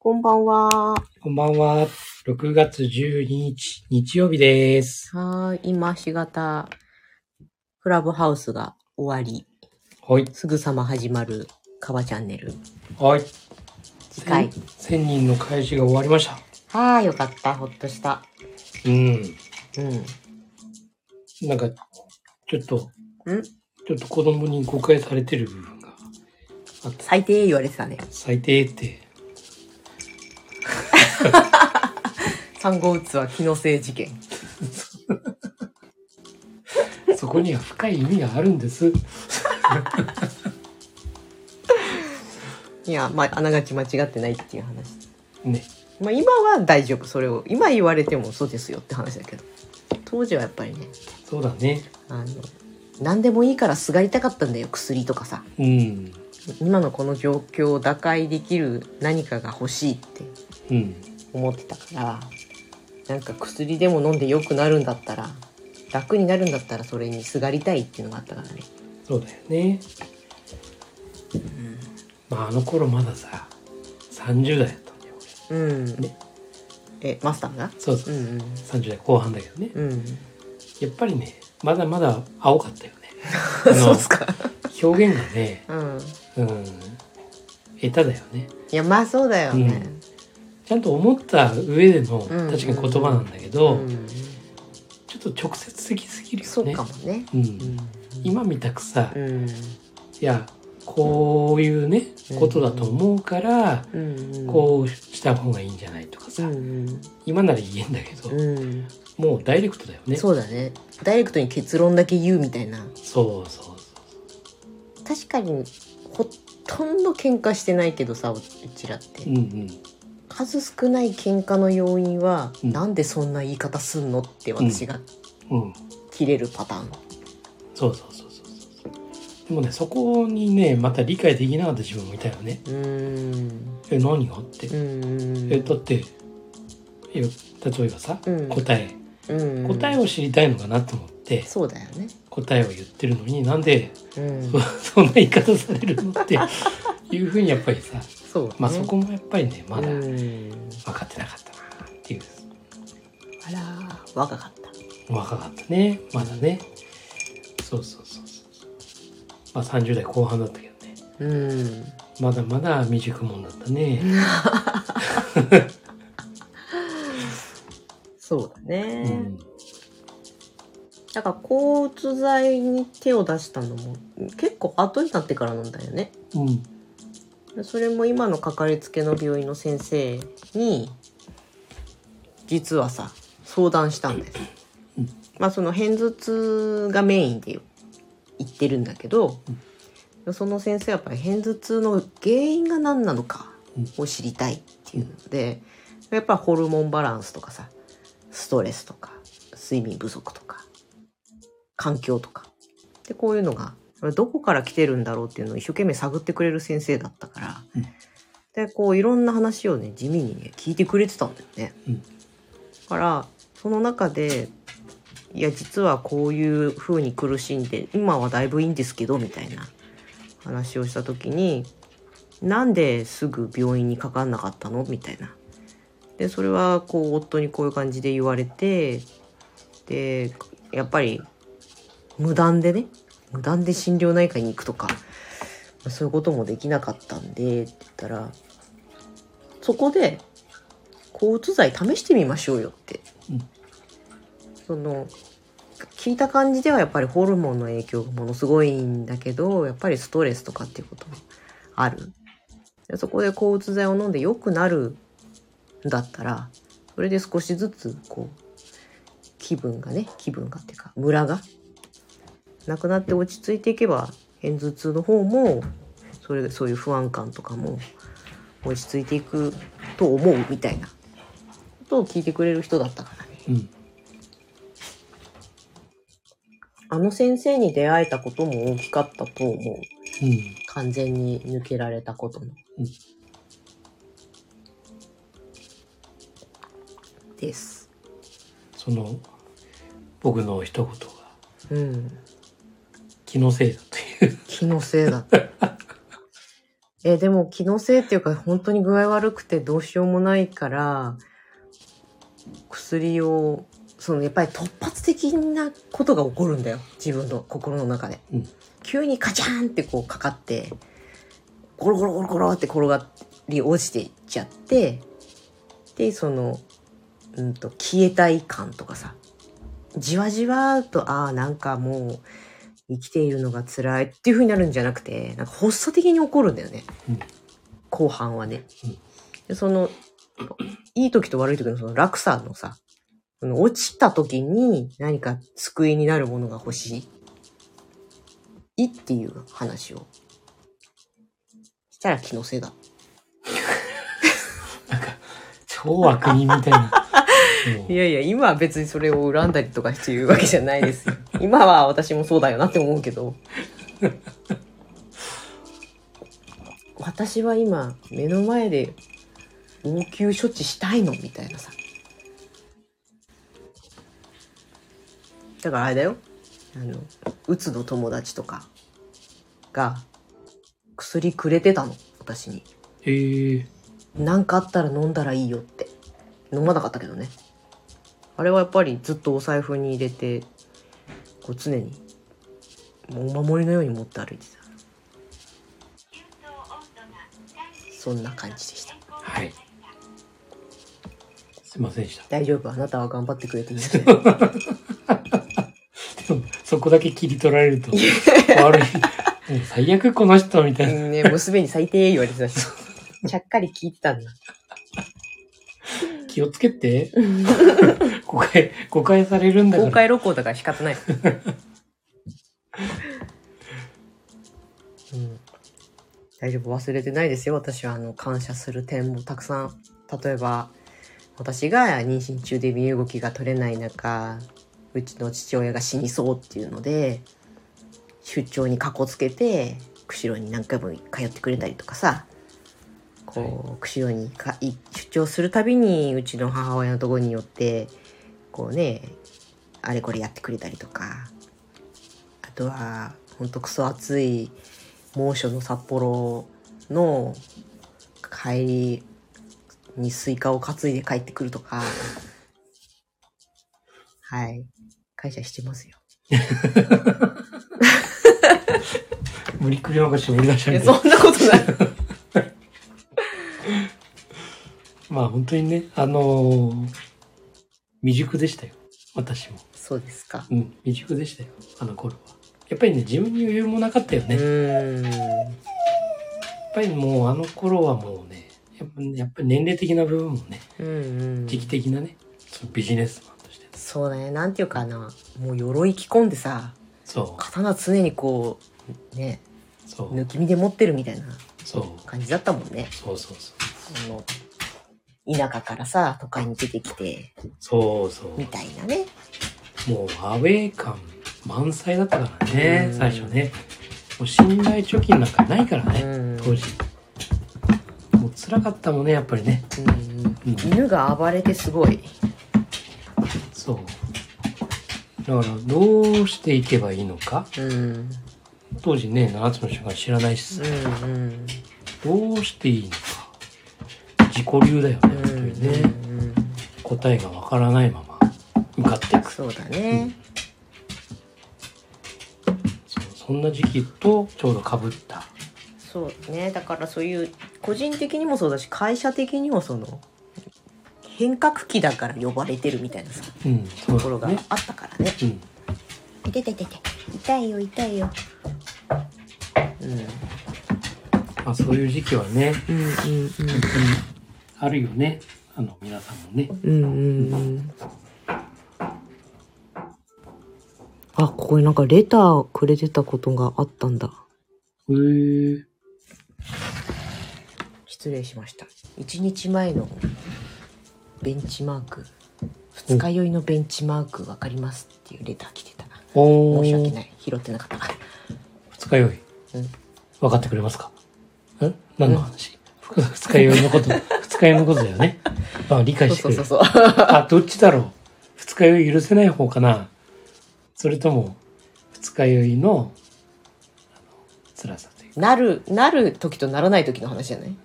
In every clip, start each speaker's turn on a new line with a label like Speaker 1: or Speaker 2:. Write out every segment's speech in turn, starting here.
Speaker 1: こんばんは。
Speaker 2: こんばんは。6月12日、日曜日です。
Speaker 1: 今、4型、クラブハウスが終わり、
Speaker 2: はい。
Speaker 1: すぐさま始まる、カバチャンネル。
Speaker 2: はい。
Speaker 1: 次回。
Speaker 2: 1000人の開始が終わりました。
Speaker 1: よかった。ほっとした。
Speaker 2: なんか、ちょっと子供に誤解されてる部分があった。
Speaker 1: 最低言われてたね。
Speaker 2: 最低って。
Speaker 1: 産後うつは気のせい事件。
Speaker 2: そこには深い意味があるんです。
Speaker 1: いや、あながち間違ってないっていう話。
Speaker 2: ね。
Speaker 1: 今は大丈夫。それを今言われてもそうですよって話だけど、当時はやっぱりね。
Speaker 2: そうだね。
Speaker 1: 何でもいいからすがりたかったんだよ、薬とかさ。今のこの状況を打開できる何かが欲しいって思ってたから、なんか薬でも飲んで良くなるんだったら、楽になるんだったらそれにすがりたいっていうのがあったからね。
Speaker 2: そうだよね。あの頃まださ、30代だったんだよ。
Speaker 1: ね。マスターが？
Speaker 2: そうそう。30代後半だけどね。やっぱりね、まだまだ青かったよね。
Speaker 1: そうっすか。
Speaker 2: 表現がね、下手だよね。
Speaker 1: いや、そうだよね。
Speaker 2: ちゃんと思った上での確かに言葉なんだけど、ちょっと直接的すぎるよね。
Speaker 1: そうかもね。
Speaker 2: 今みたくさ、いやこういうねことだと思うから、こうした方がいいんじゃないとかさ、今なら言えんだけど、もうダイレクトだよね。
Speaker 1: そうだね。ダイレクトに結論だけ言うみたいな。
Speaker 2: そうそう。
Speaker 1: 確かにほとんど喧嘩してないけどさ、うちらって。数少ない喧嘩の要因は、なんでそんな言い方すんのって私が切れるパターン。
Speaker 2: そう。でもね、そこにねまた理解できなかった自分もいたよね。何がって。だって例えばさ、答えを知りたいのかなと思って。
Speaker 1: そうだよね。
Speaker 2: 答えを言ってるのになんで、そんな言い方されるのっていうふうにやっぱりさ、そこもやっぱりねまだ分かってなかったなっていう。
Speaker 1: あら、若かった
Speaker 2: ね、まだね。そう。30代後半だったけどね。まだまだ未熟者だったね。
Speaker 1: そうだね。だから抗うつ剤に手を出したのも結構後になってからなんだよね。それも今のかかりつけの病院の先生に実はさ相談したんです。その片頭痛がメインで言ってるんだけど、その先生はやっぱり片頭痛の原因が何なのかを知りたいっていうので、やっぱりホルモンバランスとかさ、ストレスとか睡眠不足とか環境とかで、こういうのがどこから来てるんだろうっていうのを一生懸命探ってくれる先生だったから、でこういろんな話をね地味にね聞いてくれてたんだよね。だからその中で、いや実はこういう風に苦しんで今はだいぶいいんですけどみたいな話をした時に、なんですぐ病院にかかんなかったのみたいな。でそれはこう夫にこういう感じで言われて、でやっぱり無断で心療内科に行くとかそういうこともできなかったんでって言ったら、そこで抗うつ剤試してみましょうよって、聞いた感じではやっぱりホルモンの影響がものすごいんだけど、やっぱりストレスとかっていうこともある。そこで抗うつ剤を飲んで良くなるんだったら、それで少しずつこう気分がっていうかムラがなくなって落ち着いていけば、片頭痛の方もそういう不安感とかも落ち着いていくと思うみたいなことを聞いてくれる人だったからね。あの先生に出会えたことも大きかったと思う。完全に抜けられたことも。です。
Speaker 2: その僕の一言が、気のせいだという。
Speaker 1: 気のせいだった。いでも気のせいっていうか本当に具合悪くてどうしようもないから薬をやっぱり突発的なことが起こるんだよ、自分の心の中で、急にカチャーンってこうかかってゴロゴロゴロゴロって転がり落ちていっちゃって、で消えたい感とかさ、じわじわとなんかもう生きているのが辛いっていう風になるんじゃなくて、なんか発作的に起こるんだよね、後半はね、でいい時と悪い時の落差のさ、落ちた時に何か救いになるものが欲しいっていう話をしたら気のせいだ。
Speaker 2: なんか超悪人みたいな。
Speaker 1: いやいや、今は別にそれを恨んだりとかしていうわけじゃないですよ。今は私もそうだよなって思うけど。私は今目の前で応急処置したいのみたいなさ。だからあれだよ、うつの友達とかが薬くれてたの、私に。なんかあったら飲んだらいいよって。飲まなかったけどね。あれはやっぱりずっとお財布に入れて、こう常にもうお守りのように持って歩いてた。そんな感じでした。
Speaker 2: はい。すいませんでした。
Speaker 1: 大丈夫、あなたは頑張ってくれてるんですよ。
Speaker 2: そこだけ切り取られると悪い。もう最悪この人みたいな。
Speaker 1: ね、娘に最低言われてたし、ちゃっかり聞いてたんだ。
Speaker 2: 気をつけて。誤解されるんだから。
Speaker 1: 公開録音だから仕方ない。大丈夫、忘れてないですよ。私は感謝する点もたくさん。例えば私が妊娠中で身動きが取れない中、うちの父親が死にそうっていうので出張にかこつけて釧路に何回も通ってくれたりとかさ、釧路に出張するたびにうちの母親のところによってこうね、あれこれやってくれたりとか、あとはほんとクソ暑い猛暑の札幌の帰りにスイカを担いで帰ってくるとか、はい、感謝してますよ。
Speaker 2: 無理くりなんか絞り出しちゃう。
Speaker 1: そんなことない。
Speaker 2: まあ本当にね、未熟でしたよ、私も。
Speaker 1: そうですか。
Speaker 2: 未熟でしたよ、あの頃は。やっぱりね、自分に余裕もなかったよね。やっぱりもうあの頃はもうね、やっぱり年齢的な部分もね、時期的なね、そのビジネスマンとして。
Speaker 1: そうだね、なんていうかな、もう鎧着込んでさ、刀常にこうね、抜き身で持ってるみたいな感じだったもんね。田舎からさ都会に出てきて、みたいなね。
Speaker 2: もうアウェー感満載だったからね、最初ね。もう信頼貯金なんかないからね、当時。もう辛かったもんね、やっぱりね。
Speaker 1: 犬が暴れてすごい。
Speaker 2: そう。だからどうしていけばいいのか。当時ね、7つの習慣知らないしさ、どうしていいのか。自己流だよね、本当にね。答えがわからないまま向かっていく。
Speaker 1: そうだね。
Speaker 2: そんな時期とちょうど被った。
Speaker 1: そうね。だからそういう個人的にもそうだし、会社的にも変革期だから呼ばれてるみたいなさ、ところがあったからね。痛い痛い痛い痛いよ痛いよ。
Speaker 2: まあそういう時期はね、あるよね。皆さんもね。
Speaker 1: あ、ここになんかレターくれてたことがあったんだ。失礼しました。1日前のベンチマーク、二日酔いのベンチマークわかりますっていうレター来てた。申し訳ない、拾ってなかった。
Speaker 2: 二日酔い、分かってくれますか？何の話？二日酔いのこと二日酔いのことだよね。理解してくれる。どっちだろう。二日酔い許せない方かな、それとも二日酔いの辛さという
Speaker 1: なる時とならない時の話じゃない？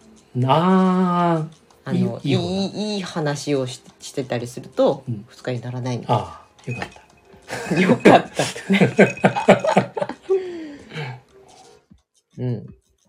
Speaker 1: いい話をしてたりすると、2日にならないみたいな。
Speaker 2: ああ、よかった。
Speaker 1: よかったってね。うん。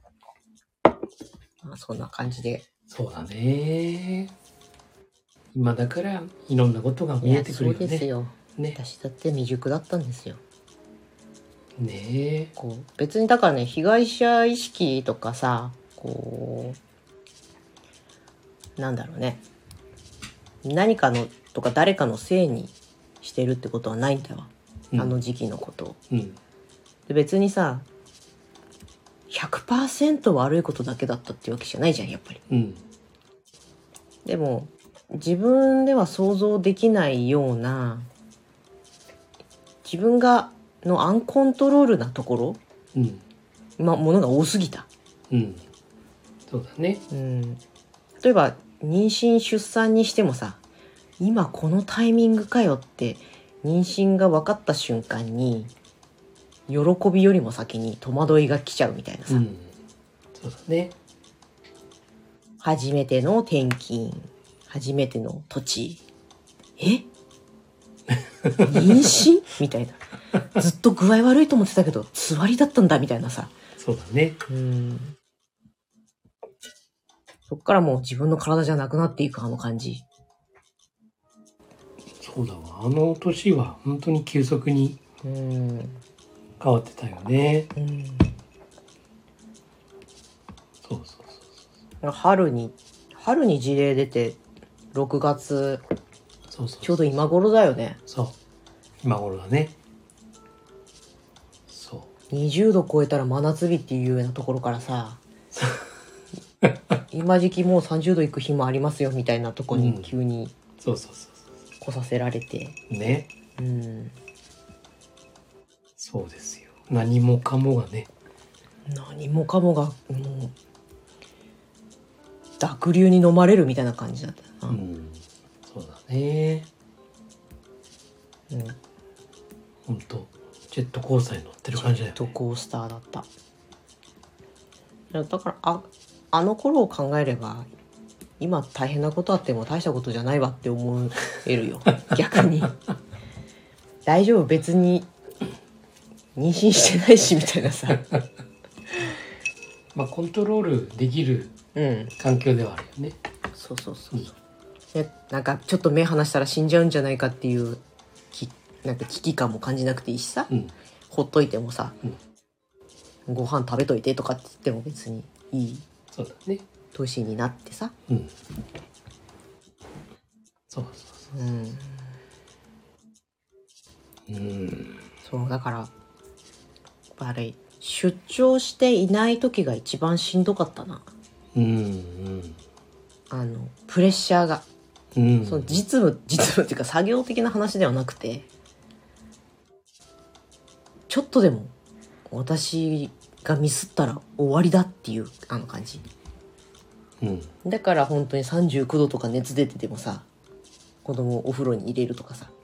Speaker 1: まあ、そんな感じで。
Speaker 2: そうだね。今だからいろんなことが見えてくるよね。
Speaker 1: そうですよ。
Speaker 2: ね、
Speaker 1: 私だって未熟だったんですよ。
Speaker 2: ねえ。
Speaker 1: こう別にだからね、被害者意識とかさ、こうなんだろうね。何かのとか誰かのせいにしてるってことはないんだわ。あの時期のことを。で別にさ、100% 悪いことだけだったっていうわけじゃないじゃん、やっぱり。でも自分では想像できないような自分がのアンコントロールなところ、ものが多すぎた。
Speaker 2: そうだね。
Speaker 1: 例えば妊娠出産にしてもさ、今このタイミングかよって妊娠が分かった瞬間に喜びよりも先に戸惑いが来ちゃうみたいなさ、
Speaker 2: そうだね。
Speaker 1: 初めての転勤、初めての土地、妊娠みたいな、ずっと具合悪いと思ってたけどつわりだったんだみたいなさ。
Speaker 2: そうだね。
Speaker 1: そっからもう自分の体じゃなくなっていくあの感じ。
Speaker 2: そうだわ。あの年は本当に急速に変わってたよね。
Speaker 1: 春に事例出て6月、ちょうど今頃だよね。
Speaker 2: そう、今頃だね。そう。
Speaker 1: 20度超えたら真夏日っていうようなところからさ今時期もう30度いく日もありますよみたいなとこに急に来させられて
Speaker 2: ね。そうですよ。何もかもがね。
Speaker 1: 何もかもがもう濁流に飲まれるみたいな感じだったな。
Speaker 2: そうだね。ほんとジェットコースターに乗ってる感じだよね。
Speaker 1: ジェットコースターだった。だからあの頃を考えれば今大変なことあっても大したことじゃないわって思えるよ逆に大丈夫、別に妊娠してないしみたいなさ
Speaker 2: まあコントロールできる環境ではあるよね。
Speaker 1: そうでなんかちょっと目離したら死んじゃうんじゃないかっていうなんか危機感も感じなくていいしさ、ほっといてもさ、ご飯食べといてとかって言っても別にいい年になってさ、そうだからやっぱり出張していない時が一番しんどかったな。プレッシャーが、その実務っていうか作業的な話ではなくて、ちょっとでも私がミスったら終わりだっていうあの感じ、だから本当に39度とか熱出ててもさ、子供をお風呂に入れるとかさ、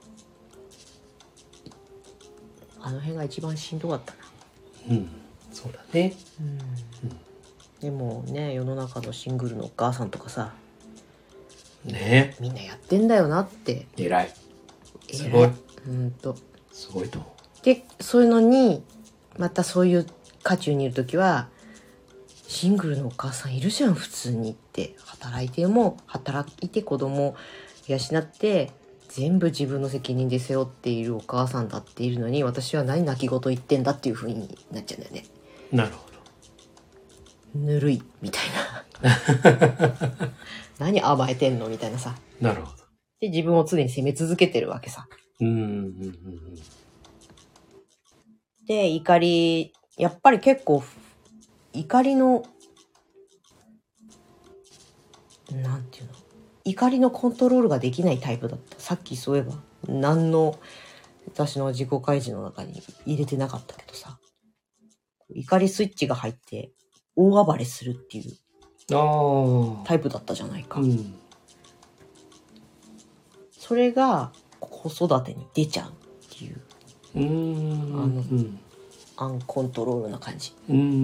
Speaker 1: あの辺が一番しんどかったな。
Speaker 2: そうだね。
Speaker 1: でもね、世の中のシングルのお母さんとかさ
Speaker 2: ね、
Speaker 1: みんなやってんだよなって。
Speaker 2: 偉い、すごい、
Speaker 1: す
Speaker 2: ごいと思う。
Speaker 1: で、そういうのにまたそういう渦中にいる時は、シングルのお母さんいるじゃん普通にって、働いて子供養って全部自分の責任で背負っているお母さんだっているのに、私は何泣き言言ってんだっていう風になっちゃうんだよね。
Speaker 2: なるほど。
Speaker 1: ぬるいみたいな何甘えてんのみたいなさ。
Speaker 2: なるほど。
Speaker 1: で自分を常に責め続けてるわけさ。で怒り、やっぱり結構怒りのなんていうの、怒りのコントロールができないタイプだった。さっきそういえば何の私の自己開示の中に入れてなかったけどさ、怒りスイッチが入って大暴れするっていうタイプだったじゃないか。それが子育てに出ちゃうっていう、 アンコントロールな感じ。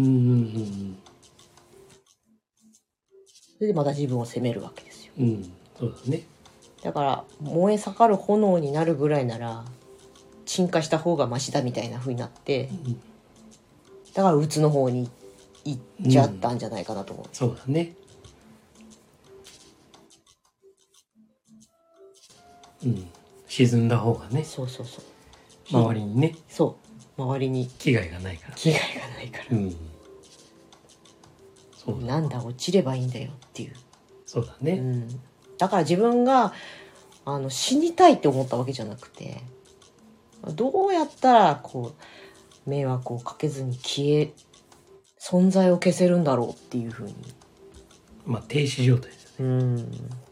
Speaker 1: それでまた自分を責めるわけですよ。
Speaker 2: そうだね。
Speaker 1: だから燃え盛る炎になるぐらいなら鎮火した方がマシだみたいな風になって、だから鬱の方に行っちゃったんじゃないかなと思う。
Speaker 2: そうだね。沈んだ方がね。
Speaker 1: そう
Speaker 2: 周りにね。
Speaker 1: 周りに
Speaker 2: 危害がないから。
Speaker 1: そうなんだ、落ちればいいんだよっていう。
Speaker 2: そうだね。
Speaker 1: だから自分が死にたいって思ったわけじゃなくて、どうやったらこう迷惑をかけずに存在を消せるんだろうっていう風に、
Speaker 2: 停止状態ですね。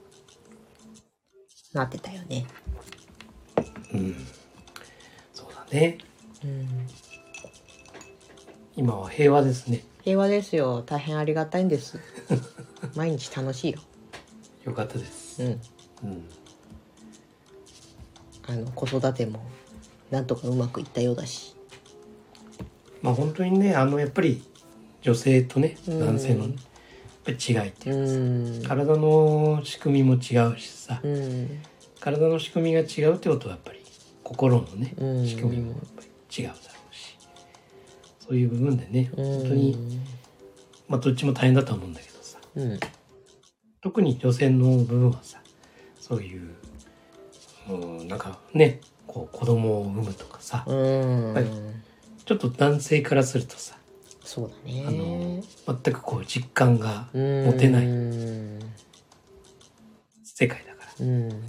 Speaker 1: なってたよね。
Speaker 2: そうだね。今は平和ですね。
Speaker 1: 平和ですよ。大変ありがたいんです。毎日楽しいよ。
Speaker 2: よかったです。
Speaker 1: 子育てもなんとかうまくいったようだし。
Speaker 2: 本当にね、やっぱり女性とね、男性のやっぱり違いっていうかさ、体の仕組みも違うしさ、体の仕組みが違うってことはやっぱり心のね、仕組みもやっぱり違うだろうし、そういう部分でね、本当にどっちも大変だと思うんだけどさ、特に女性の部分はさ、そういうなんかね、こう子供を産むとかさ、ちょっと男性からするとさ、
Speaker 1: そうだね、
Speaker 2: 全くこう実感が持てない世界だから、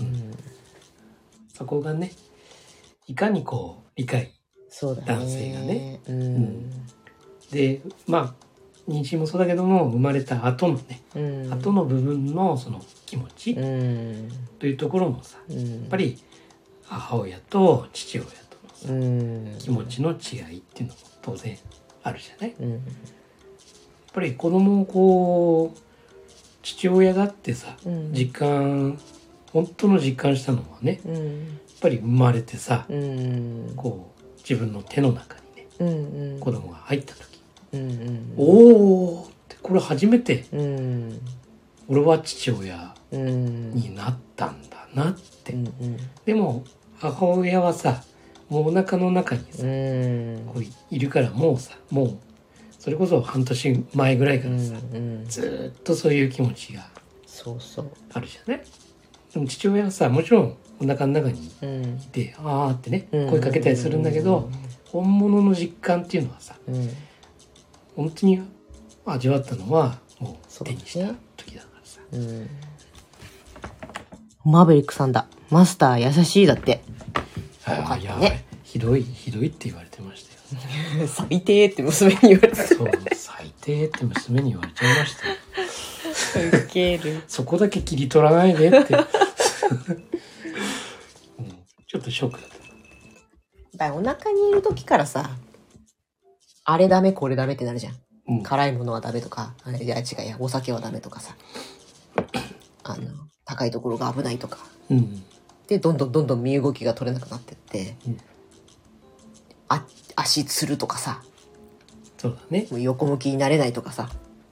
Speaker 2: そこがね、いかにこう理解、男性がね、で妊娠もそうだけども、生まれた後のね、後の部分のその気持ちというところもさ、やっぱり母親と父親とのさ、気持ちの違いっていうのも当然あるじゃない。やっぱり子供をこう父親だってさ、本当の実感したのはね、やっぱり生まれてさ、こう自分の手の中にね、子供が入った時、おーってこれ初めて、俺は父親になったんだなって、でも母親はさ、もうお腹の中にさ、こういるから、もうさ、もうそれこそ半年前ぐらいからさ、ずっとそういう気持ちがあるじゃない。でも父親はさ、もちろんお腹の中にいて、あーってね、声かけたりするんだけど、本物の実感っていうのはさ、本当に味わったのはもう手にした時だからさ。
Speaker 1: マーベリックさんだ。マスター優しいだって。
Speaker 2: いや、ひどいって言われてましたよ。
Speaker 1: 最低って娘に言われて。
Speaker 2: そう、最低って娘に言われちゃいましたよ。
Speaker 1: ウケる。
Speaker 2: そこだけ切り取らないでって。ちょっとショックだった。
Speaker 1: お腹にいる時からさ、あれダメこれダメってなるじゃん。辛いものはダメとか、いや違うや、お酒はダメとかさ、高いところが危ないとか。でどんどん身動きが取れなくなってって、足つるとかさ、
Speaker 2: そうだね、
Speaker 1: もう横向きになれないとかさ、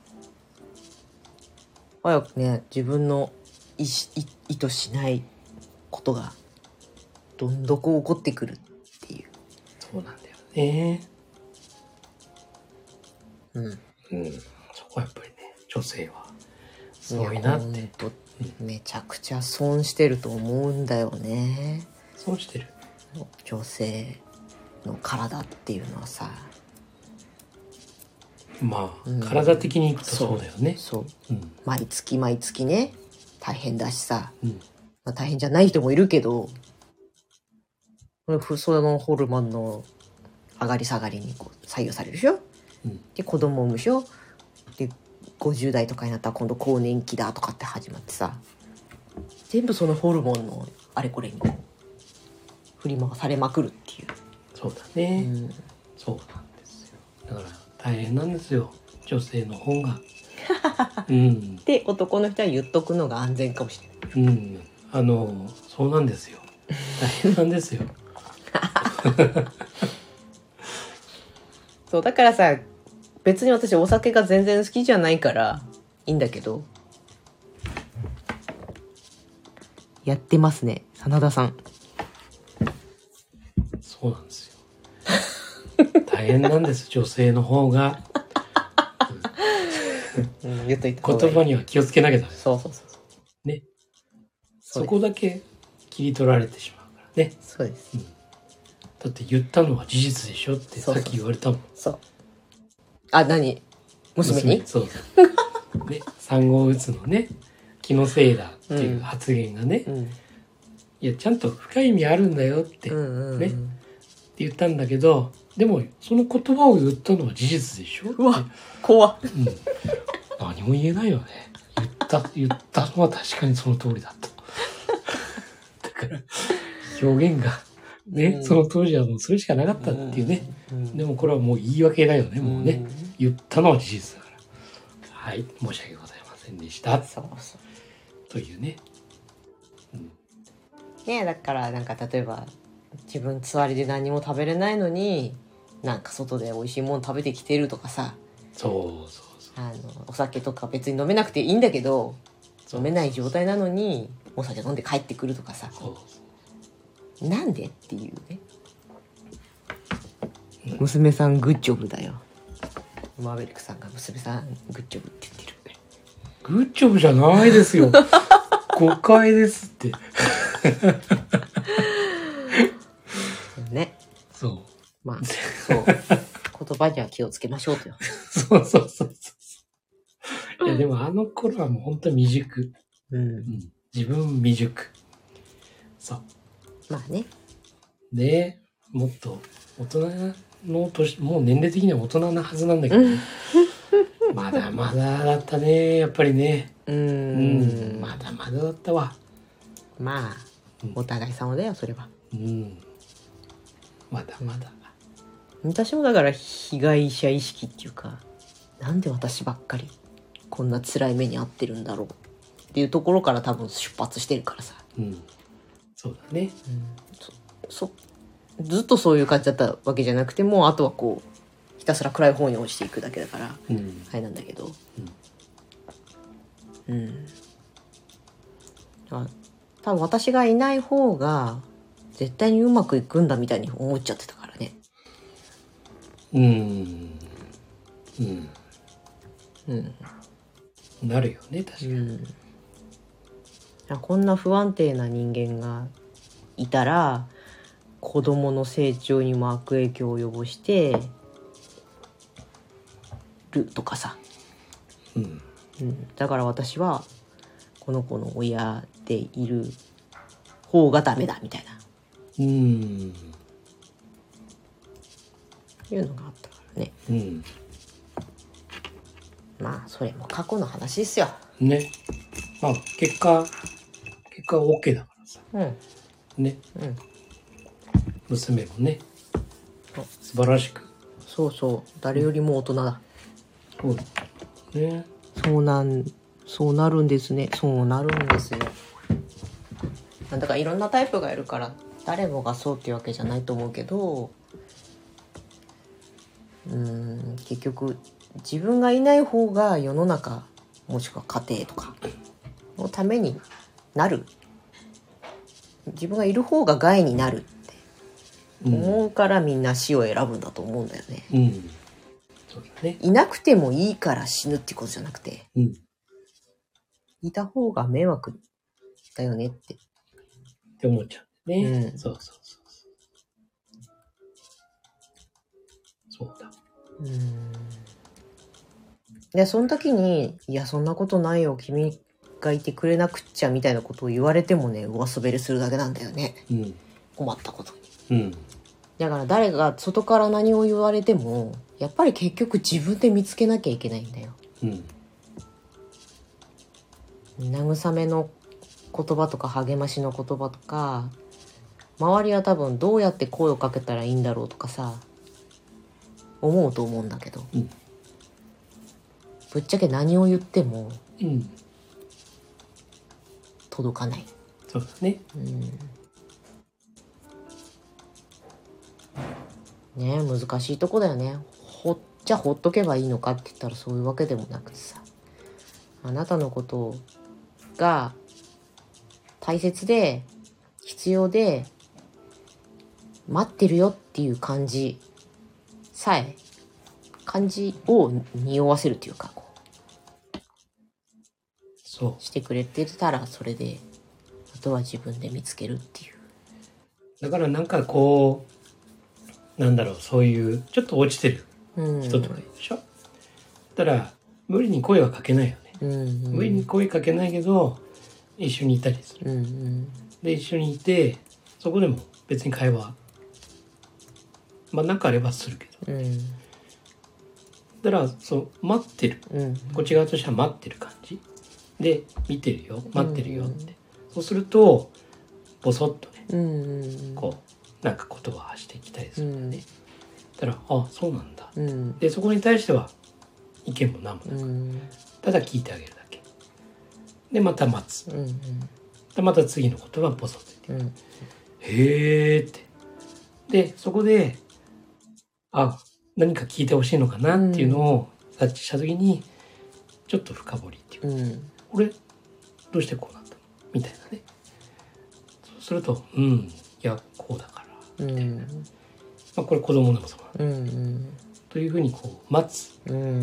Speaker 1: 早くね、自分の意図しないことがどんどこ起こってくるっていう。
Speaker 2: そうなんだよね。そこはやっぱりね、女性はすごいなって。
Speaker 1: めちゃくちゃ損してると思うんだよね。
Speaker 2: 損してる。
Speaker 1: 女性の体っていうのはさ、
Speaker 2: 体的にいくとそうだよね。
Speaker 1: 毎月ね、大変だしさ、大変じゃない人もいるけど、そのホルモンの上がり下がりにこう左右されるでしょ。で子供を産むでしょ。で50代とかになったら今度更年期だとかって始まってさ、全部そのホルモンのあれこれにこう振り回されまくるっていう。
Speaker 2: そうだね、そうなんですよ。だから大変なんですよ、女性の方が。
Speaker 1: で男の人は言っとくのが安全かもしれない。
Speaker 2: そうなんですよ、大変なんですよ。
Speaker 1: そうだからさ、別に私お酒が全然好きじゃないからいいんだけど、やってますね真田さん。
Speaker 2: そうなんですよ。大変なんです女性の方が、
Speaker 1: 言っといた方がいい。
Speaker 2: 言葉には気をつけなきゃダメ。
Speaker 1: そう
Speaker 2: ね。そこだけ切り取られてしまうからね。
Speaker 1: そうです、
Speaker 2: だって言ったのは事実でしょってさっき言われたもん。
Speaker 1: そうあ、何娘に
Speaker 2: そうね、産後うつのね気のせいだっていう発言がね、いやちゃんと深い意味あるんだよってね、って言ったんだけど、でもその言葉を言ったのは事実でしょって。
Speaker 1: うわ怖っ、
Speaker 2: 何も言えないよね。言ったのは確かにその通りだと。だから表現がね、その当時はもうそれしかなかったっていうね、でもこれはもう言い訳だよね、もうね、言ったのは事実だから、はい、申し訳ございませんでした。というね、
Speaker 1: ね、だからなんか例えば自分つわりで何も食べれないのになんか外で美味しいもの食べてきてるとかさ、お酒とか別に飲めなくていいんだけど、飲めない状態なのにお酒飲んで帰ってくるとかさ、なんでっていうね、娘さんグッジョブだよ。マーベリックさんが娘さんグッジョブって言ってる。
Speaker 2: グッジョブじゃないですよ。誤解ですって
Speaker 1: ね。
Speaker 2: そう
Speaker 1: まあそう言葉には気をつけましょうとよ。
Speaker 2: いやでもあの頃はもう本当に未熟、自分未熟。そう
Speaker 1: まあね。
Speaker 2: でもっと大人の年、もう年齢的には大人なはずなんだけど、まだまだだったね、やっぱりね。まだまだだったわ。
Speaker 1: まあ、お互い様だよそれは。
Speaker 2: まだまだ。
Speaker 1: 私もだから被害者意識っていうか、なんで私ばっかりこんな辛い目に遭ってるんだろうっていうところから多分出発してるからさ。
Speaker 2: そうだね。
Speaker 1: ずっとそういう感じだったわけじゃなくても、あとはこうひたすら暗い方に落ちていくだけだから、あれなんだけど、多分私がいない方が絶対にうまくいくんだみたいに思っちゃってたからね。
Speaker 2: なるよね、確かに。
Speaker 1: こんな不安定な人間がいたら子供の成長にも悪影響を及ぼしてるとかさ、だから私はこの子の親でいる方がダメだみたいな、いうのがあったからね。まあそれも過去の話ですよ
Speaker 2: ね。まあ結果は OK だからさ、ね、娘もね素晴らしく、
Speaker 1: 誰よりも大人だ。
Speaker 2: ね。
Speaker 1: そうなるんですね。そうなるんですよ。だからいろんなタイプがいるから誰もがそうっていうわけじゃないと思うけど、結局自分がいない方が世の中もしくは家庭とかのためになる、自分がいる方が害になるって思うからみんな死を選ぶんだと思うんだよね。
Speaker 2: そうだね。
Speaker 1: いなくてもいいから死ぬってことじゃなくて、いた方が迷惑だよねって
Speaker 2: 思っちゃうね。そうだ。
Speaker 1: でその時にいやそんなことないよ君がいてくれなくっちゃみたいなことを言われてもね、上滑りするだけなんだよね、困ったことに。だから誰が外から何を言われてもやっぱり結局自分で見つけなきゃいけないんだよ。慰めの言葉とか励ましの言葉とか、周りは多分どうやって声をかけたらいいんだろうとかさ思うと思うんだけど、ぶっちゃけ何を言っても届かない。
Speaker 2: そうだね。
Speaker 1: ねえ難しいとこだよね。 じゃあほっとけばいいのかって言ったらそういうわけでもなくてさ、あなたのことが大切で必要で待ってるよっていう感じを匂わせるというか、
Speaker 2: そう
Speaker 1: してくれてたらそれで、あとは自分で見つけるっていう。
Speaker 2: だからなんかこうなんだろう、そういうちょっと落ちてる人とかいるでしょ。だから無理に声はかけないよね、無理に声かけないけど一緒にいたりする、で一緒にいてそこでも別に会話なんかあればするけど、だからそう待ってる、こっち側としては待ってる感じで見てるよ待ってるよって、そうするとボソッとね、こうなんか言葉を発してきたりするんだよね。だからあそうなんだ、でそこに対しては意見も何もなく、ただ聞いてあげるだけでまた待つ、でまた次の言葉ボソッと言って、へーって、でそこで何か聞いてほしいのかなっていうのを察知した時にちょっと深掘りっていうか、俺どうしてこうなったのみたいなね。そうするといやこうだからみたいな、これ子供でもそうなんだ、というふうにこう待つ、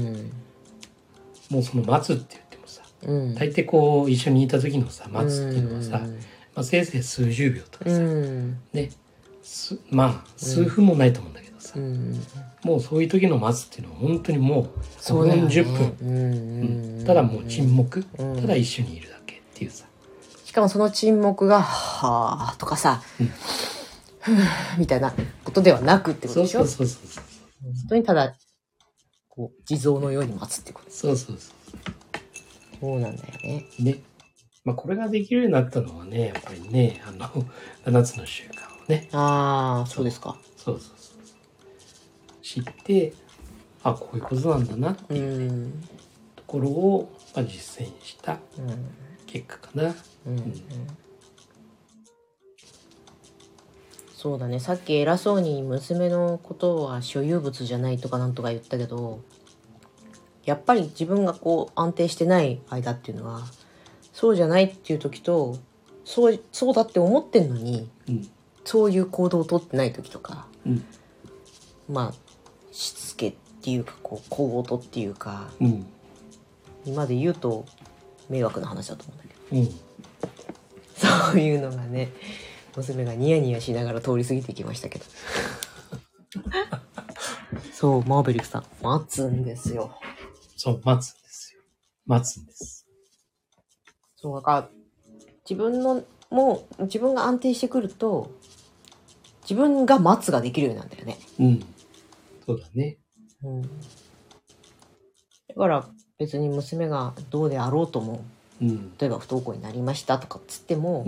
Speaker 2: もうその待つって言ってもさ、大抵こう一緒にいた時のさ待つっていうのはさ、せいぜい数十秒とかさ、ね、数分もないと思うんだけどさ、もうそういう時の待つっていうのは本当にもう5分10分、ただもう沈黙、ただ一緒にいるだけっていうさ、
Speaker 1: しかもその沈黙がはーとかさ、ふーみたいなことではなくってことでしょ。そう本当にただこう地蔵のように待つってこと。そうなんだよね。
Speaker 2: これができるようになったのはね、やっぱりね、7つの習慣をね。
Speaker 1: そうですか。
Speaker 2: そう知って、こういうことなんだなっていう、ね、ところを、実践した結果かな。
Speaker 1: そうだね。さっき偉そうに娘のことは所有物じゃないとかなんとか言ったけど、やっぱり自分がこう安定してない間っていうのはそうじゃないっていう時と、そうだって思ってんのに、そういう行動をとってない時とか、しつけっていうかこう小言っていうか、今で言うと迷惑な話だと思うんだけど、そういうのがね、娘がニヤニヤしながら通り過ぎていきましたけどそうマーベリックさん待つんですよ。
Speaker 2: 待つんです。
Speaker 1: そうだから自分が安定してくると自分が待つができるようになるんだよね。
Speaker 2: そうだね。
Speaker 1: だから別に娘がどうであろうとも、例えば不登校になりましたとかっつっても、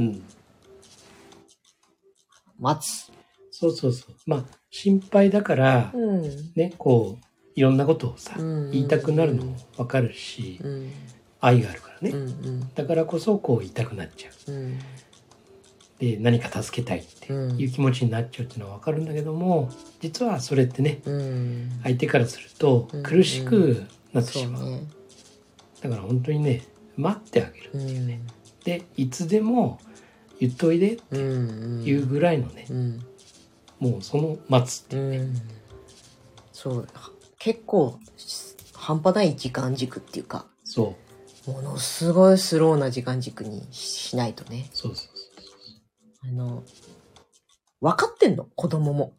Speaker 1: 待つ。
Speaker 2: 心配だから、ね、こういろんなことをさ、言いたくなるのもわかるし、愛があるからね、だからこそこう言いたくなっちゃう、で何か助けたいっていう気持ちになっちゃうっていうのはわかるんだけども、実はそれってね、相手からすると苦しくなってしまう、だから本当にね待ってあげるっていうね、でいつでも言っといでっていうぐらいのね、もうその待つっていうね、
Speaker 1: そう結構半端ない時間軸っていうか、ものすごいスローな時間軸にしないとね。分かってんの子供も、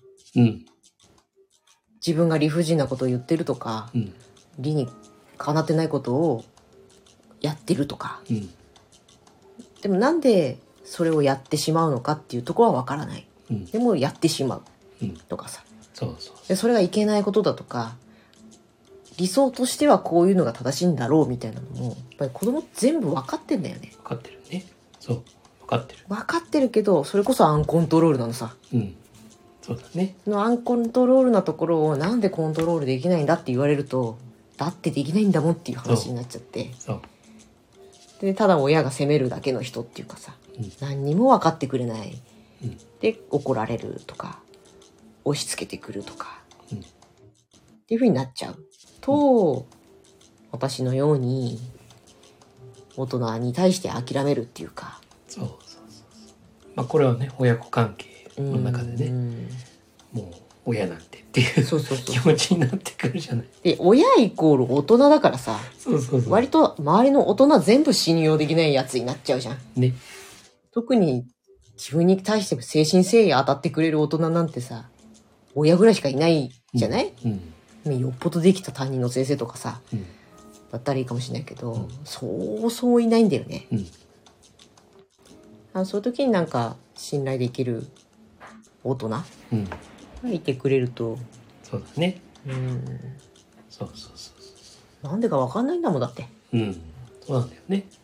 Speaker 1: 自分が理不尽なことを言ってるとか、理にかなってないことをやってるとか、でもなんでそれをやってしまうのかっていうところは分からない、でもやってしまうとかさ、でそれがいけないことだとか、理想としてはこういうのが正しいんだろうみたいなのもやっぱり子供全部分かってんだよね。
Speaker 2: 分かってるね。分かって
Speaker 1: るけど、それこそアンコントロールなのさ。
Speaker 2: そうだね。
Speaker 1: のアンコントロールなところをなんでコントロールできないんだって言われると、だってできないんだもんっていう話になっちゃって、でただ親が責めるだけの人っていうかさ、何にも分かってくれない、で怒られるとか押し付けてくるとか、 っていう風になっちゃうと、私のように大人に対して諦めるっていうか。
Speaker 2: そう。まあこれはね、親子関係の中でね、もう親なんてっていう気持ちになってくるじゃない。
Speaker 1: で、親イコール大人だからさ、割と周りの大人全部信用できないやつになっちゃうじゃん。ね。特に自分に対して誠心誠意当たってくれる大人なんてさ、親ぐらいしかいないじゃない？よっぽどできた担任の先生とかさ、だったらいいかもしれないけど、そうそういないんだよね。そういう時になんか信頼できる大人がいてくれると、
Speaker 2: そうだね。そう。
Speaker 1: なんでかわかんないんだもんだって。
Speaker 2: そうなんだよね。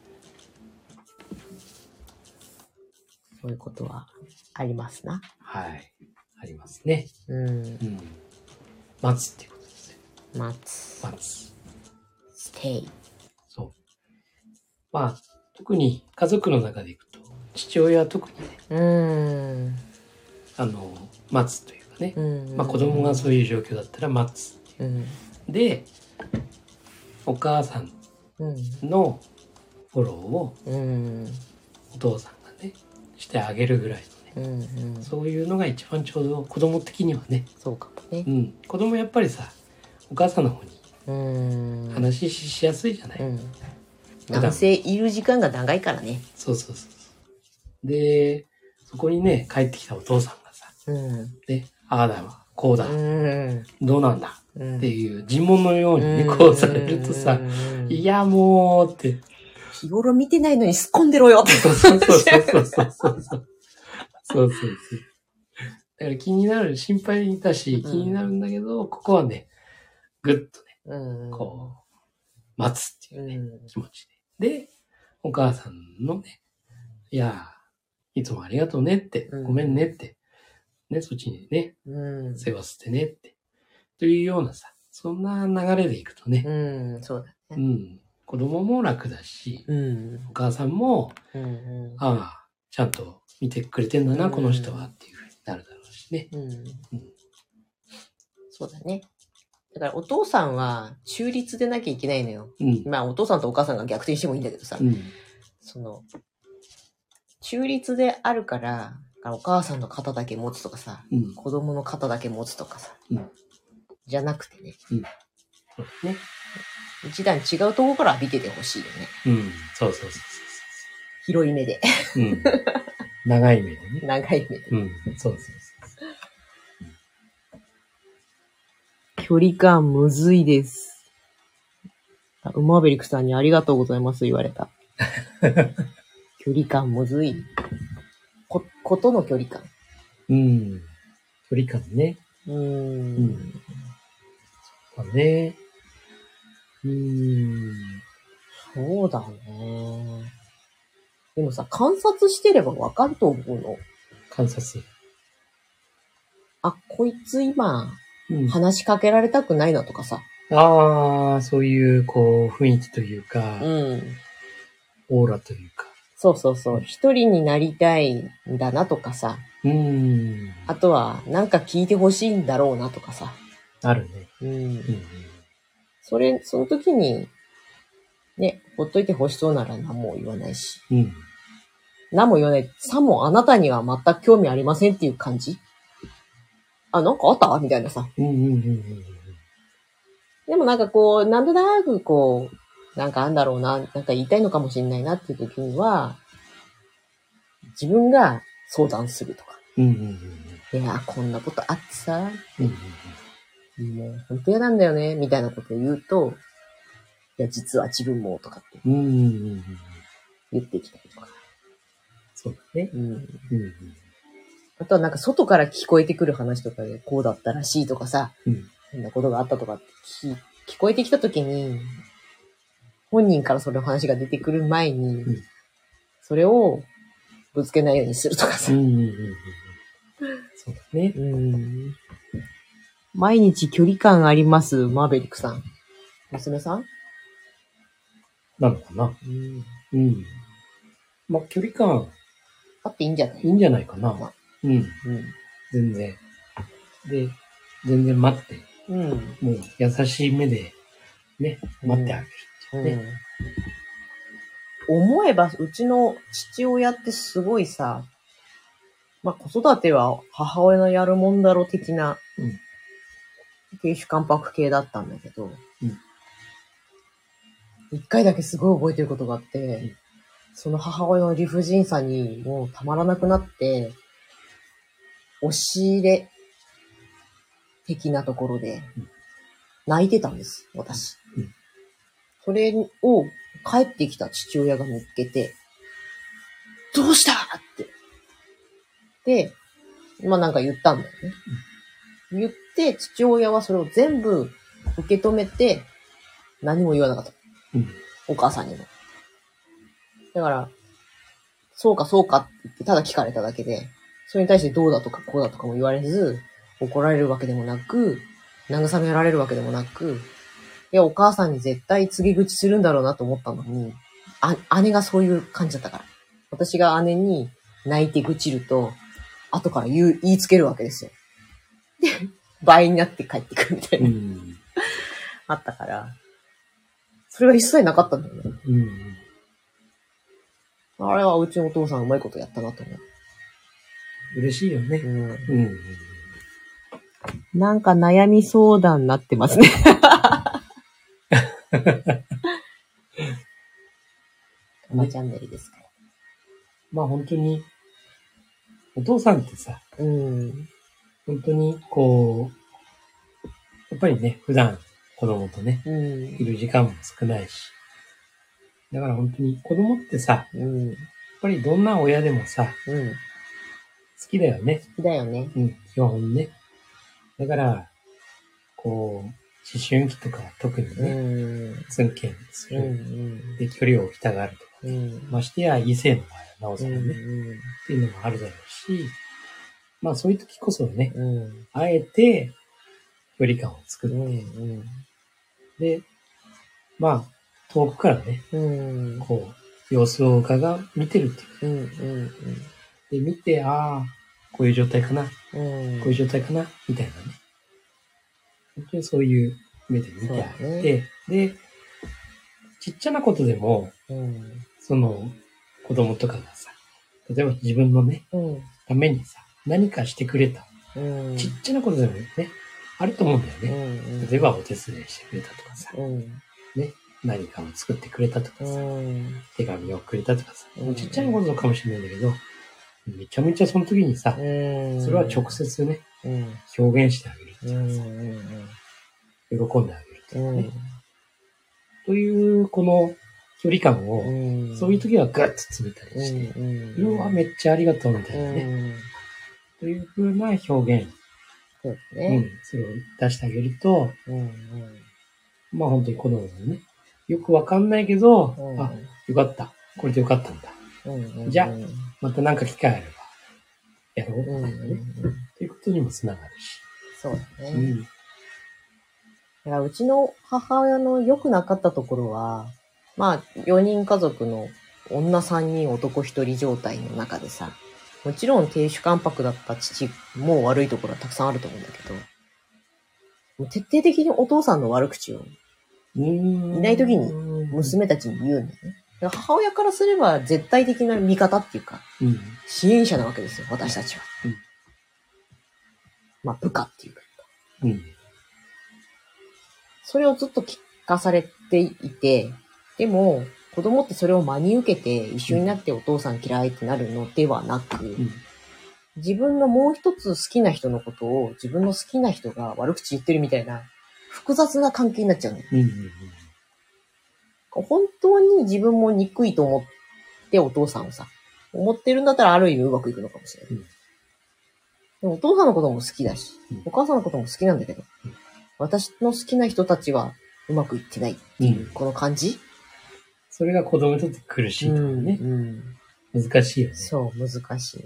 Speaker 1: そういうことはありますな。
Speaker 2: はい、ありますね。待つっていうことですね。
Speaker 1: 待つ。stay。
Speaker 2: そう。まあ特に家族の中でいくと父親は特にね、待つというかね、まあ子供がそういう状況だったら待つ。で、お母さんのフォローをお父さんがねしてあげるぐらいのね、そういうのが一番ちょうど子供的にはね。
Speaker 1: そうかもね。
Speaker 2: 子供やっぱりさ、お母さんの方に話しやすいじゃない。
Speaker 1: 男性いる時間が長いからね。
Speaker 2: そう。で、そこにね帰ってきたお父さんがさ、で、ああだわ、こうだ、どうなんだっていう尋問のようにねこうされるとさ、いやもうって。
Speaker 1: 日頃見てないのにすっ込んでろよって。そう。
Speaker 2: だから気になる、心配だし、気になるんだけど、ここはね、ぐっとね、こう、待つっていうね、気持ちで。で、お母さんのね、いや、いつもありがとうねって、ごめんねって、ね、そっちにね、世話してねって、というようなさ、そんな流れでいくとね、
Speaker 1: そうだね。
Speaker 2: 子供も楽だし、お母さんも、ああ、ちゃんと見てくれてんだな、この人はっていうふうになるだろうしね。
Speaker 1: そうだね。だからお父さんは中立でなきゃいけないのよ。まあお父さんとお母さんが逆転してもいいんだけどさ、その中立であるから、お母さんの肩だけ持つとかさ、子供の肩だけ持つとかさ、じゃなくてね。一段違うところから見ててほしいよね。
Speaker 2: そう。
Speaker 1: 広い目で。
Speaker 2: 長い目でね。
Speaker 1: 長い目で。
Speaker 2: そう。
Speaker 1: 距離感むずいです。ウマーベリックさんにありがとうございます言われた。距離感むずい。ことの距離感。
Speaker 2: 距離感ね。そうだね。
Speaker 1: そうだね。でもさ、観察してればわかると思うの。
Speaker 2: 観察。
Speaker 1: あ、こいつ今、話しかけられたくないなとかさ。
Speaker 2: ああ、そういう、こう、雰囲気というか、オーラというか。
Speaker 1: そう。一人になりたいんだなとかさ。あとは、なんか聞いてほしいんだろうなとかさ。
Speaker 2: あるね。
Speaker 1: その時に、ね、ほっといてほしそうなら何も言わないし。何も言わない。さもあなたには全く興味ありませんっていう感じ。あ、なんかあったみたいなさ。でもなんかこう、なんとなくこう、なんかあんだろうな、なんか言いたいのかもしれないなっていう時には、自分が相談するとか。いや、こんなことあってさ、もう本当嫌なんだよね、みたいなことを言うと、いや、実は自分もとかって言ってきたりとか。
Speaker 2: そうだね。
Speaker 1: あとはなんか外から聞こえてくる話とかで、こうだったらしいとかさ、こんなことがあったとかって聞こえてきたときに、本人からその話が出てくる前に、それをぶつけないようにするとかさ。
Speaker 2: そうだね。
Speaker 1: 毎日距離感あります、マーベリックさん。娘さん
Speaker 2: なのかな。まあ、距離感。
Speaker 1: あっていいんじゃない？
Speaker 2: いいんじゃないかな。全然。で、全然待ってもう優しい目で、ね、待ってあげるっていうね。
Speaker 1: 思えば、うちの父親ってすごいさ、まあ子育ては母親のやるもんだろ的な、亭主関白系だったんだけど、一回だけすごい覚えてることがあって、その母親の理不尽さにもうたまらなくなって、押し入れ的なところで泣いてたんです、私。それを帰ってきた父親が見つけて、どうしたって。で、まあなんか言ったんだよね。言って、父親はそれを全部受け止めて、何も言わなかった。お母さんにも。だから、そうかそうかって言って、ただ聞かれただけで、それに対してどうだとかこうだとかも言われず、怒られるわけでもなく、慰められるわけでもなく、いや、お母さんに絶対告げ口するんだろうなと思ったのに、姉がそういう感じだったから。私が姉に泣いて愚痴ると、後から言いつけるわけですよ。で、倍になって帰ってくるみたいな。あったから、それが一切なかったんだよね。あれはうちのお父さんうまいことやったなと思う。
Speaker 2: 嬉しいよね。
Speaker 1: なんか悩み相談になってますね。ママチャンネルですから。
Speaker 2: まあ本当に、お父さんってさ、本当にこう、やっぱりね、普段子供とね、いる時間も少ないし。だから本当に子供ってさ、やっぱりどんな親でもさ、好きだよね。
Speaker 1: 好きだよね。
Speaker 2: 基本ね。だから、こう、思春期とか特にね、ツンケンする。で、距離を置きたがるとか、ましてや異性の場合はなおさらね、っていうのもあるだろうし、まあそういう時こそね、あえて距離感を作って、で、まあ遠くからね、こう、様子を見てるっていう。で、見て、ああ、こういう状態かな、こういう状態かな、みたいなね。本当にそういう目で見てあげて、で、ちっちゃなことでも、その子供とかがさ、例えば自分のね、ためにさ、何かしてくれた。ちっちゃなことでもね、あると思うんだよね。例えばお手伝いしてくれたとかさ、ね、何かを作ってくれたとかさ、手紙をくれたとかさ、ちっちゃなことかもしれないんだけど、めちゃめちゃその時にさ、それは直接ね、表現してあげるっていうかさ、喜んであげるっていうかね。という、この距離感を、そういう時はガッと詰めたりして、うわ、めっちゃありがとうみたいなね。という風な表現。それを出してあげると、まあ本当に子供がね、よくわかんないけど、あ、よかった。これでよかったんだ。じゃあ、また何か機会あれば、やろうとかね。ということにもつながるし。
Speaker 1: そうだね。だからうちの母親の良くなかったところは、まあ、4人家族の女3人男1人状態の中でさ、もちろん亭主関白だった父も悪いところはたくさんあると思うんだけど、もう徹底的にお父さんの悪口をいない時に娘たちに言うんだよね。だから母親からすれば絶対的な味方っていうか、支援者なわけですよ、私たちは。まあ、部下っていうか。それをずっと聞かされていて、でも、子供ってそれを真に受けて一緒になってお父さん嫌いってなるのではなく、自分のもう一つ好きな人のことを自分の好きな人が悪口言ってるみたいな複雑な関係になっちゃうんだよ。本当に自分も憎いと思ってお父さんをさ、思ってるんだったらある意味うまくいくのかもしれない。でもお父さんのことも好きだし、お母さんのことも好きなんだけど、私の好きな人たちはうまくいってないっていう、この感じ、
Speaker 2: それが子供にとって苦しいとかね。難しいよね。
Speaker 1: そう、難しい。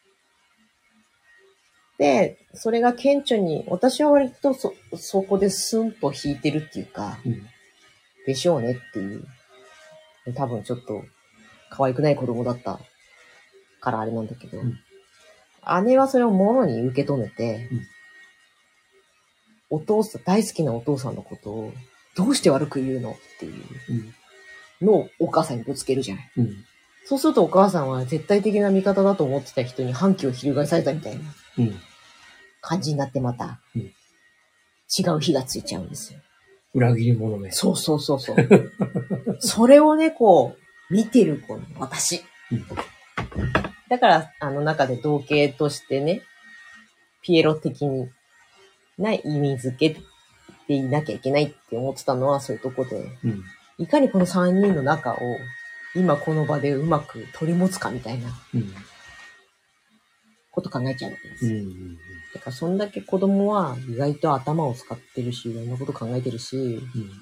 Speaker 1: で、それが顕著に、私は割とそこでスンと引いてるっていうか、でしょうねっていう。多分ちょっと可愛くない子供だったからあれなんだけど、姉はそれをもろに受け止めて、 お父さん、大好きなお父さんのことを、どうして悪く言うのっていうのをお母さんにぶつけるじゃない。そうするとお母さんは絶対的な味方だと思ってた人に反旗を翻されたみたいな感じになってまた、違う火がついちゃうんですよ。
Speaker 2: 裏切り者ね。
Speaker 1: そう。それをね、こう、見てる子の私。だから、中で同型としてね、ピエロ的にな意味付けていなきゃいけないって思ってたのはそういうとこで、いかにこの3人の仲を今この場でうまく取り持つかみたいなこと考えちゃうわけですよ。だからそんだけ子供は意外と頭を使ってるし、いろんなこと考えてるし、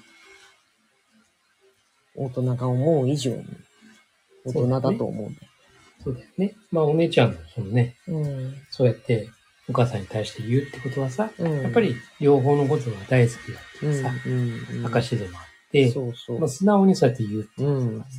Speaker 1: 大人が思う以上に大人だと思うんだよ。
Speaker 2: そうだよね。まあお姉ちゃんのそのね、そうやってお母さんに対して言うってことはさ、やっぱり両方のことが大好きだっていうさ、証でもあって、まあ、素直にそうやって言うってことがさ、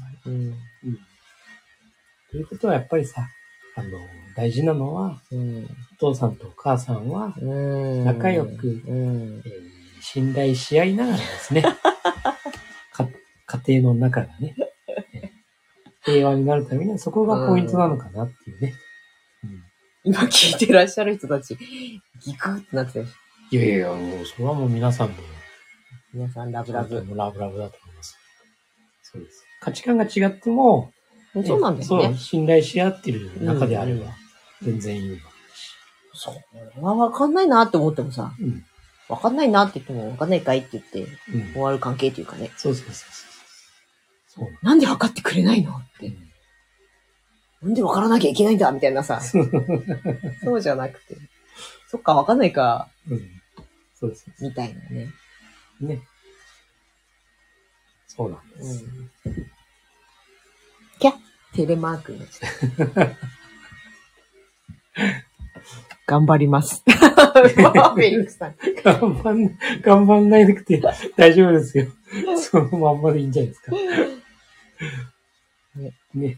Speaker 2: ということはやっぱりさ、大事なのは、お父さんとお母さんは仲良く、信頼し合いながらですね、家庭の中がね、平和になるためにはそこがポイントなのかなっていうね。
Speaker 1: 今聞いてらっしゃる人たち、ギクってなってる。
Speaker 2: いやいや、もうそれはもう皆さん
Speaker 1: ラブラブ。
Speaker 2: ラブラブだと思います。そうです。価値観が違っても、
Speaker 1: そうなんだよね。
Speaker 2: そう、信頼し合ってる中であれば、全然いいわけだし。
Speaker 1: それはわかんないなって思ってもさ、わかんないなって言ってもわかんないかいって言って、終わる関係っていうかね。
Speaker 2: そう。
Speaker 1: なんで分かってくれないのって。なんで分からなきゃいけないんだみたいなさ。そうじゃなくて。そっか、分かんないか。
Speaker 2: そうです。
Speaker 1: みたいなね。
Speaker 2: ね。そうなんです。
Speaker 1: キャッテレマークになっちゃった。頑張ります。フェリックスさん。
Speaker 2: 頑張んないでくて大丈夫ですよ。そのまんまでいいんじゃないですか。ね。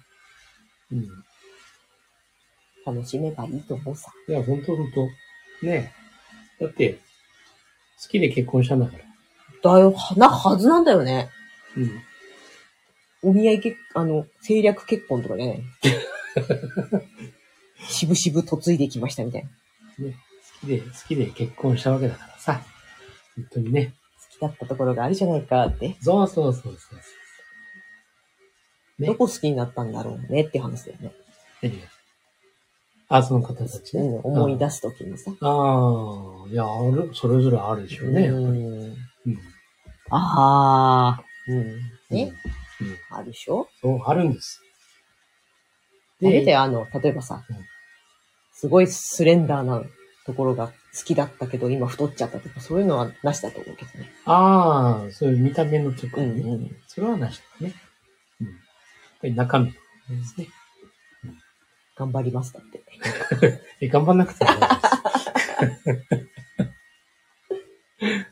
Speaker 1: 楽しめばいいと思うさ。
Speaker 2: いや、ほんと。ね。だって、好きで結婚したんだから。
Speaker 1: だよ、はずなんだよね。お見合い政略結婚とかね。しぶしぶ嫁いできましたみたいな。
Speaker 2: ね。好きで結婚したわけだからさ。本当にね。
Speaker 1: 好きだったところがあるじゃないかって。
Speaker 2: そう。
Speaker 1: ね、どこ好きになったんだろうねって話だよね。
Speaker 2: その方たちね。
Speaker 1: 思い出すときにさ。
Speaker 2: いや、それぞれあるでしょうね、やっぱり。
Speaker 1: ね。あるでしょ？
Speaker 2: そう、あるんです。
Speaker 1: で、例えばさ、すごいスレンダーなところが好きだったけど、今太っちゃったとか、そういうのはなしだと思うけどね。
Speaker 2: そういう見た目のところね。それはなしだね。やっぱり中身ですね。
Speaker 1: 頑張りますだって。
Speaker 2: 頑張んなくてもいいです。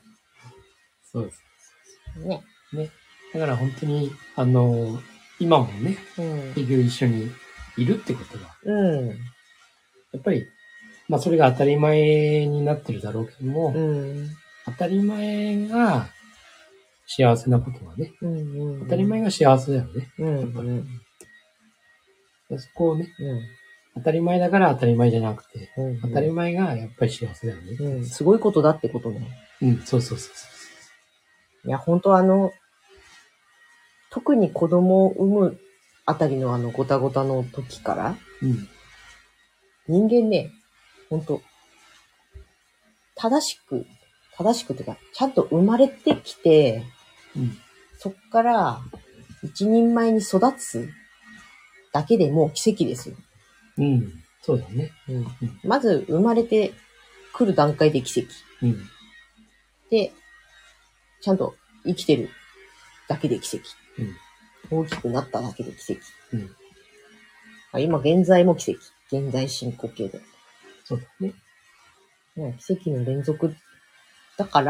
Speaker 2: そうです。
Speaker 1: ね。
Speaker 2: だから本当に、今もね、結局一緒にいるってことは、やっぱり、まあそれが当たり前になってるだろうけども、当たり前が幸せなことはね、当たり前が幸せだよね。やっぱりそこをね、当たり前だから当たり前じゃなくて、当たり前がやっぱり幸せだよね。
Speaker 1: すごいことだってことね。
Speaker 2: そう。
Speaker 1: いや、本当特に子供を産むあたりのごたごたの時から、人間ね、本当正しくというか、ちゃんと生まれてきて、そっから一人前に育つだけでもう奇跡ですよ。
Speaker 2: そうだね。
Speaker 1: まず生まれてくる段階で奇跡。で、ちゃんと生きてるだけで奇跡。大きくなっただけで奇跡。今現在も奇跡。現在進行形で。
Speaker 2: そうだね。
Speaker 1: 奇跡の連続だから、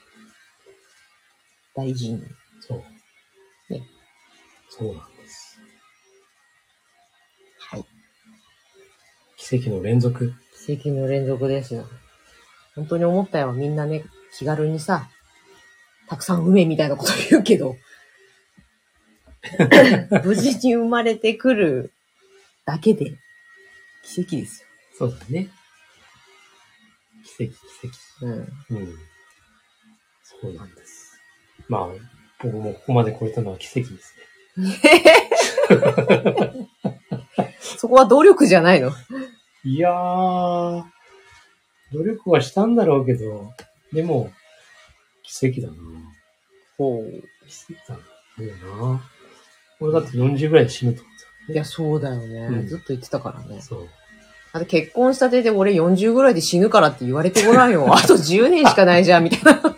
Speaker 1: 大事に。
Speaker 2: そう。そうなんです。
Speaker 1: はい。
Speaker 2: 奇跡の連続。
Speaker 1: 奇跡の連続ですよ。本当に思ったよ。みんなね、 気軽にさ、たくさん産めみたいなこと言うけど、無事に生まれてくるだけで奇跡ですよ。
Speaker 2: そうだね。奇跡。うん。そうなんです。まあ、僕もここまで来れたのは奇跡ですね。
Speaker 1: そこは努力じゃないの？
Speaker 2: いやー、努力はしたんだろうけど、でも、奇跡だな。
Speaker 1: ほう。
Speaker 2: 奇跡だな。もうな。俺だって40ぐらいで死ぬと思ってた、
Speaker 1: ね。いや、そうだよね、ずっと言ってたからね。
Speaker 2: そう。
Speaker 1: あと結婚したてで俺40ぐらいで死ぬからって言われてごらんよ。あと10年しかないじゃん、みたいな。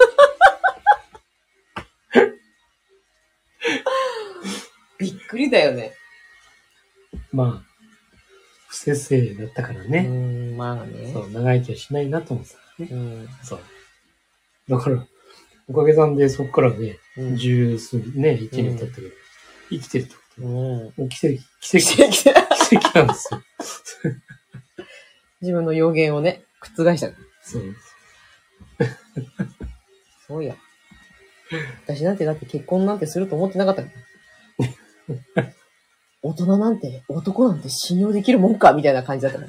Speaker 1: びっくりだよね。
Speaker 2: まあ、不摂生だったからね。
Speaker 1: まあね。
Speaker 2: そう、長生きはしないなと思ってたからね。そう。だから、おかげさんでそこからね、十数ね、1年経ったけど、生きてるってこと。もう奇跡なんですよ。
Speaker 1: 自分の予言をね、覆した。
Speaker 2: そう。
Speaker 1: そうや。私なんてだって結婚なんてすると思ってなかったから。大人なんて、男なんて信用できるもんかみたいな感じだったから。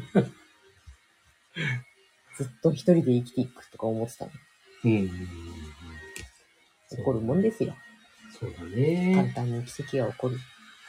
Speaker 1: ずっと一人で生きていくとか思ってたの。起こるもんですよ。
Speaker 2: そうだね。
Speaker 1: 簡単に奇跡が起こる。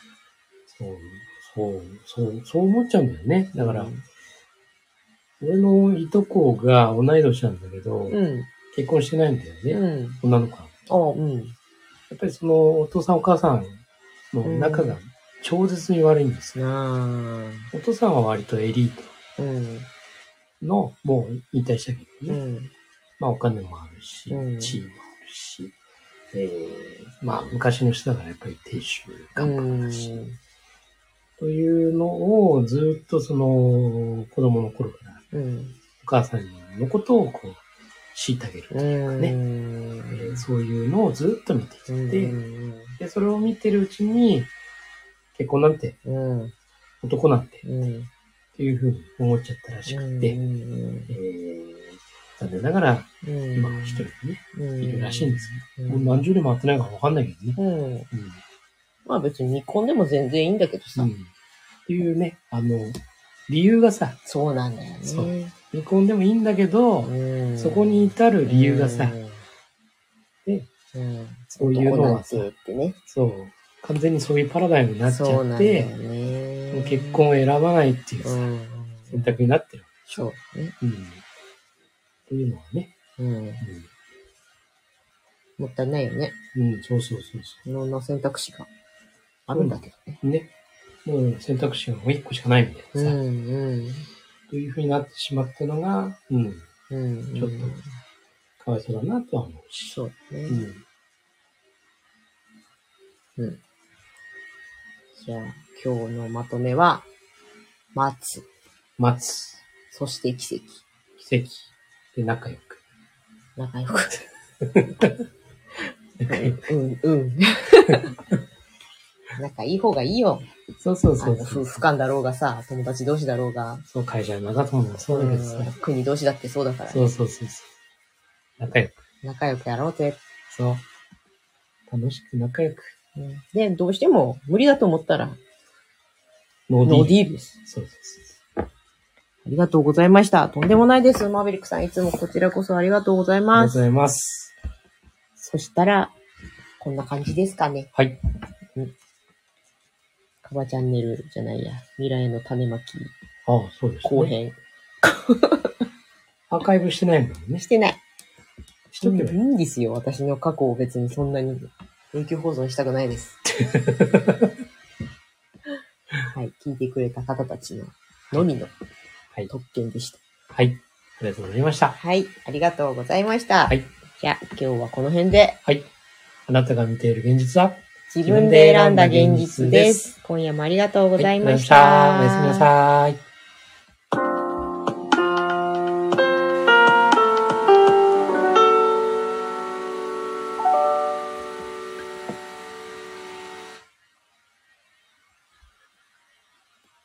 Speaker 2: そう思っちゃうんだよね。だから、俺のいとこが同い年なんだけど、結婚してないんだよね。女の子は。やっぱりそのお父さんお母さんの仲が超絶に悪いんですよ。お父さんは割とエリートの、もう引退したけどね。まあお金もあるし、地位もあるし、まあ昔の人だからやっぱり亭主関白だし、というのをずっとその子供の頃から、お母さんのことをこう虐げるというかね、そういうのをずっと見てきて、でそれを見てるうちに結婚なんて、男なんて、っていうふうに思っちゃったらしくて、残念ながら今は一人でね、いるらしいんですけど、もう何十年も会ってないからわかんないけどね。
Speaker 1: まあ別に未婚でも全然いいんだけどさ。
Speaker 2: っていうね、理由がさ、
Speaker 1: そうなんだよね。そう。
Speaker 2: 未婚でもいいんだけど、そこに至る理由がさ、で、そういうのはさ、そう、完全にそういうパラダイムになっちゃって、結婚を選ばないっていうさ、選択になってる。
Speaker 1: そうね。
Speaker 2: というのはね。
Speaker 1: もったいないよね。
Speaker 2: そう。
Speaker 1: いろんな選択肢があるんだけどね。
Speaker 2: ね。もう選択肢がもう一個しかないみたいなさ。というふうになってしまったのが、ちょっとかわいそうだなとは思うし。
Speaker 1: そうね。じゃあ、今日のまとめは、待つ。そして奇跡。
Speaker 2: 奇跡。で、仲良く。
Speaker 1: 仲良く。仲いい方がいいよ。
Speaker 2: そう。
Speaker 1: 夫婦間だろうがさ、友達同士だろうが。
Speaker 2: そう、会社の仲友もそうだけどさ。
Speaker 1: 国同士だってそうだからね。
Speaker 2: そう。
Speaker 1: 仲良くやろうぜ。
Speaker 2: そう。楽しく仲良く。
Speaker 1: で、どうしても無理だと思ったら、ノーディールです。
Speaker 2: そう。
Speaker 1: ありがとうございました。とんでもないです。マーベリックさん、いつもこちらこそありがとうございます。
Speaker 2: ありがとうございます。
Speaker 1: そしたら、こんな感じですかね。
Speaker 2: はい。
Speaker 1: カバチャンネルじゃないや。未来の種まき。
Speaker 2: そうですね。
Speaker 1: 後編。
Speaker 2: アーカイブしてないもんね。
Speaker 1: してない。
Speaker 2: しとけばいい
Speaker 1: んですよ。私の過去を別にそんなに永久保存したくないです。はい。聞いてくれた方たちのみの特権でした。
Speaker 2: はい。ありがとうございました。
Speaker 1: はい。ありがとうございました。
Speaker 2: はい。
Speaker 1: じゃあ、今日はこの辺で。
Speaker 2: はい。あなたが見ている現実は
Speaker 1: 自分で選んだ現実です。今夜もありがとうございました。
Speaker 2: おやすみなさい。